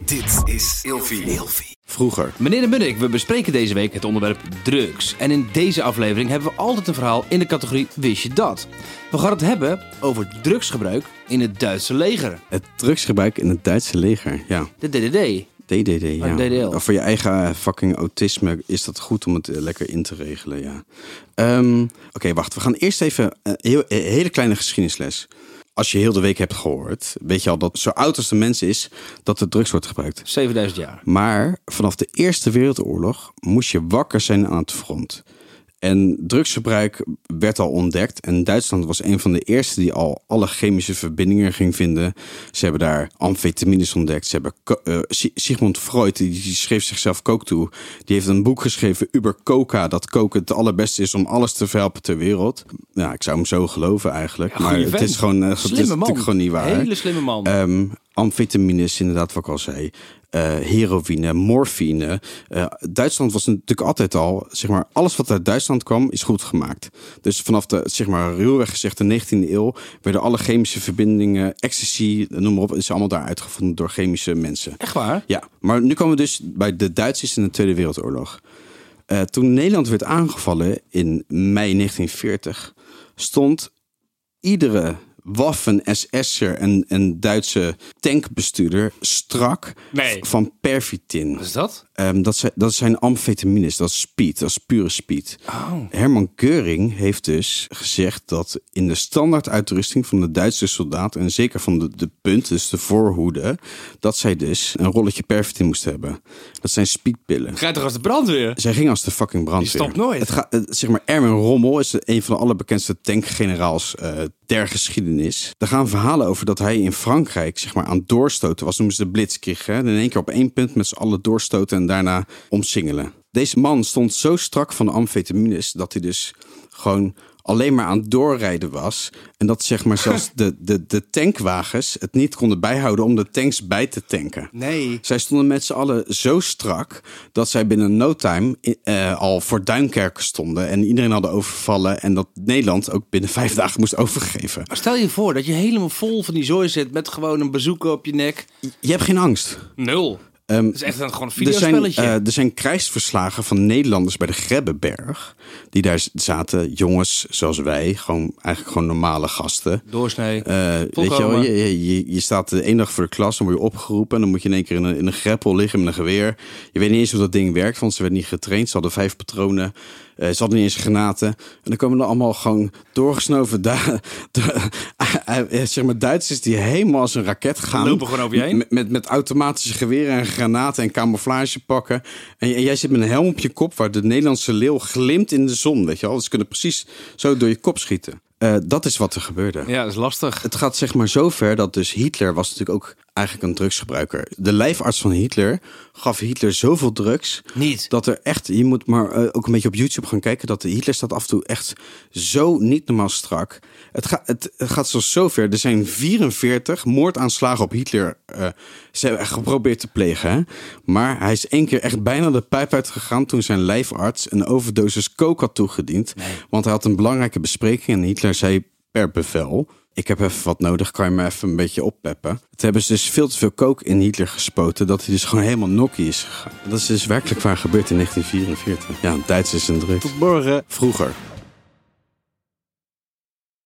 Dit is Ilfie. Vroeger. Meneer de Munnik, we bespreken deze week het onderwerp drugs. En in deze aflevering hebben we altijd een verhaal in de categorie Wist je dat? We gaan het hebben over drugsgebruik in het Duitse leger. Het drugsgebruik in het Duitse leger, ja. De DDD. DDD, ja. DDL. Voor je eigen fucking autisme is dat goed om het lekker in te regelen, ja. Oké, wacht. We gaan eerst even een hele kleine geschiedenisles. Als je heel de week hebt gehoord, weet je al dat zo oud als de mens is, dat er drugs wordt gebruikt. 7000 jaar. Maar vanaf de Eerste Wereldoorlog moest je wakker zijn aan het front. En drugsgebruik werd al ontdekt. En Duitsland was een van de eerste die al alle chemische verbindingen ging vinden. Ze hebben daar amfetamines ontdekt. Ze hebben Sigmund Freud, die schreef zichzelf coke toe. Die heeft een boek geschreven über coca. Dat coke het allerbeste is om alles te verhelpen ter wereld. Ja, ik zou hem zo geloven eigenlijk. Ja, maar het is gewoon het is natuurlijk gewoon niet waar. Hele slimme man. Amfetamines, inderdaad wat ik al zei. Heroïne, morfine. Duitsland was natuurlijk altijd al, zeg maar, alles wat uit Duitsland kwam is goed gemaakt. Dus vanaf de, zeg maar, ruwweg gezegd de 19e eeuw werden alle chemische verbindingen, ecstasy, noem maar op, is allemaal daar uitgevonden door chemische mensen. Echt waar? Ja, maar nu komen we dus bij de Duitsers in de Tweede Wereldoorlog. Toen Nederland werd aangevallen in mei 1940, stond iedere Waffen-SS'er en Duitse tankbestuurder strak van Pervitin. Wat is dat? Dat zijn amfetamines, dat is speed, dat is pure speed. Oh. Herman Göring heeft dus gezegd dat in de standaarduitrusting van de Duitse soldaat, en zeker van de punt, dus de voorhoede, dat zij dus een rolletje Pervitin moesten hebben. Dat zijn speedpillen. Ga je toch als de brandweer? Zij ging als de fucking brandweer. Die stopt nooit. Zeg maar, Erwin Rommel is een van de allerbekendste tankgeneraals der geschiedenis. Er gaan verhalen over dat hij in Frankrijk, zeg maar, aan het doorstoten was. Noemen ze de blitzkrieg. Hè? In één keer op één punt met z'n allen doorstoten en daarna omsingelen. Deze man stond zo strak van de amfetamines dat hij dus gewoon alleen maar aan het doorrijden was. En dat, zeg maar, zelfs de tankwagens het niet konden bijhouden om de tanks bij te tanken. Nee. Zij stonden met z'n allen zo strak dat zij binnen no time al voor Duinkerken stonden en iedereen hadden overvallen en dat Nederland ook binnen 5 dagen moest overgeven. Maar stel je voor dat je helemaal vol van die zooi zit met gewoon een bezoeker op je nek. Je hebt geen angst. 0. Het is echt gewoon een videospelletje. Er zijn krijgsverslagen van Nederlanders bij de Grebbeberg. Die daar zaten, jongens zoals wij. Eigenlijk gewoon normale gasten. Doorsnee. Weet je wel, je staat de ene dag voor de klas, dan word je opgeroepen. En dan moet je in één keer in een greppel liggen met een geweer. Je weet niet eens hoe dat ding werkt, want ze werd niet getraind. Ze hadden 5 patronen. Ze hadden niet eens granaten. En dan komen er allemaal gewoon doorgesnoven zeg maar Duitsers die helemaal als een raket gaan. Lopen gewoon over je heen. Met automatische geweren en granaten en camouflage pakken. En jij zit met een helm op je kop waar de Nederlandse leeuw glimt in de zon. Weet je wel? Dus ze kunnen precies zo door je kop schieten. Dat is wat er gebeurde. Ja, dat is lastig. Het gaat, zeg maar, zo ver dat dus Hitler was natuurlijk ook eigenlijk een drugsgebruiker. De lijfarts van Hitler gaf Hitler zoveel drugs. Niet. Dat er echt, je moet maar ook een beetje op YouTube gaan kijken, dat Hitler staat af en toe echt zo niet normaal strak. Het gaat zo ver. Er zijn 44 moordaanslagen op Hitler geprobeerd te plegen. Hè? Maar hij is 1 keer echt bijna de pijp uitgegaan toen zijn lijfarts een overdosis coke had toegediend. Nee. Want hij had een belangrijke bespreking en Hitler zei per bevel: ik heb even wat nodig, kan je me even een beetje oppeppen? Het hebben ze dus veel te veel coke in Hitler gespoten, dat hij dus gewoon helemaal nokkie is gegaan. Dat is dus werkelijk waar gebeurd in 1944. Ja, Duitsers en drugs. Tot morgen. Vroeger.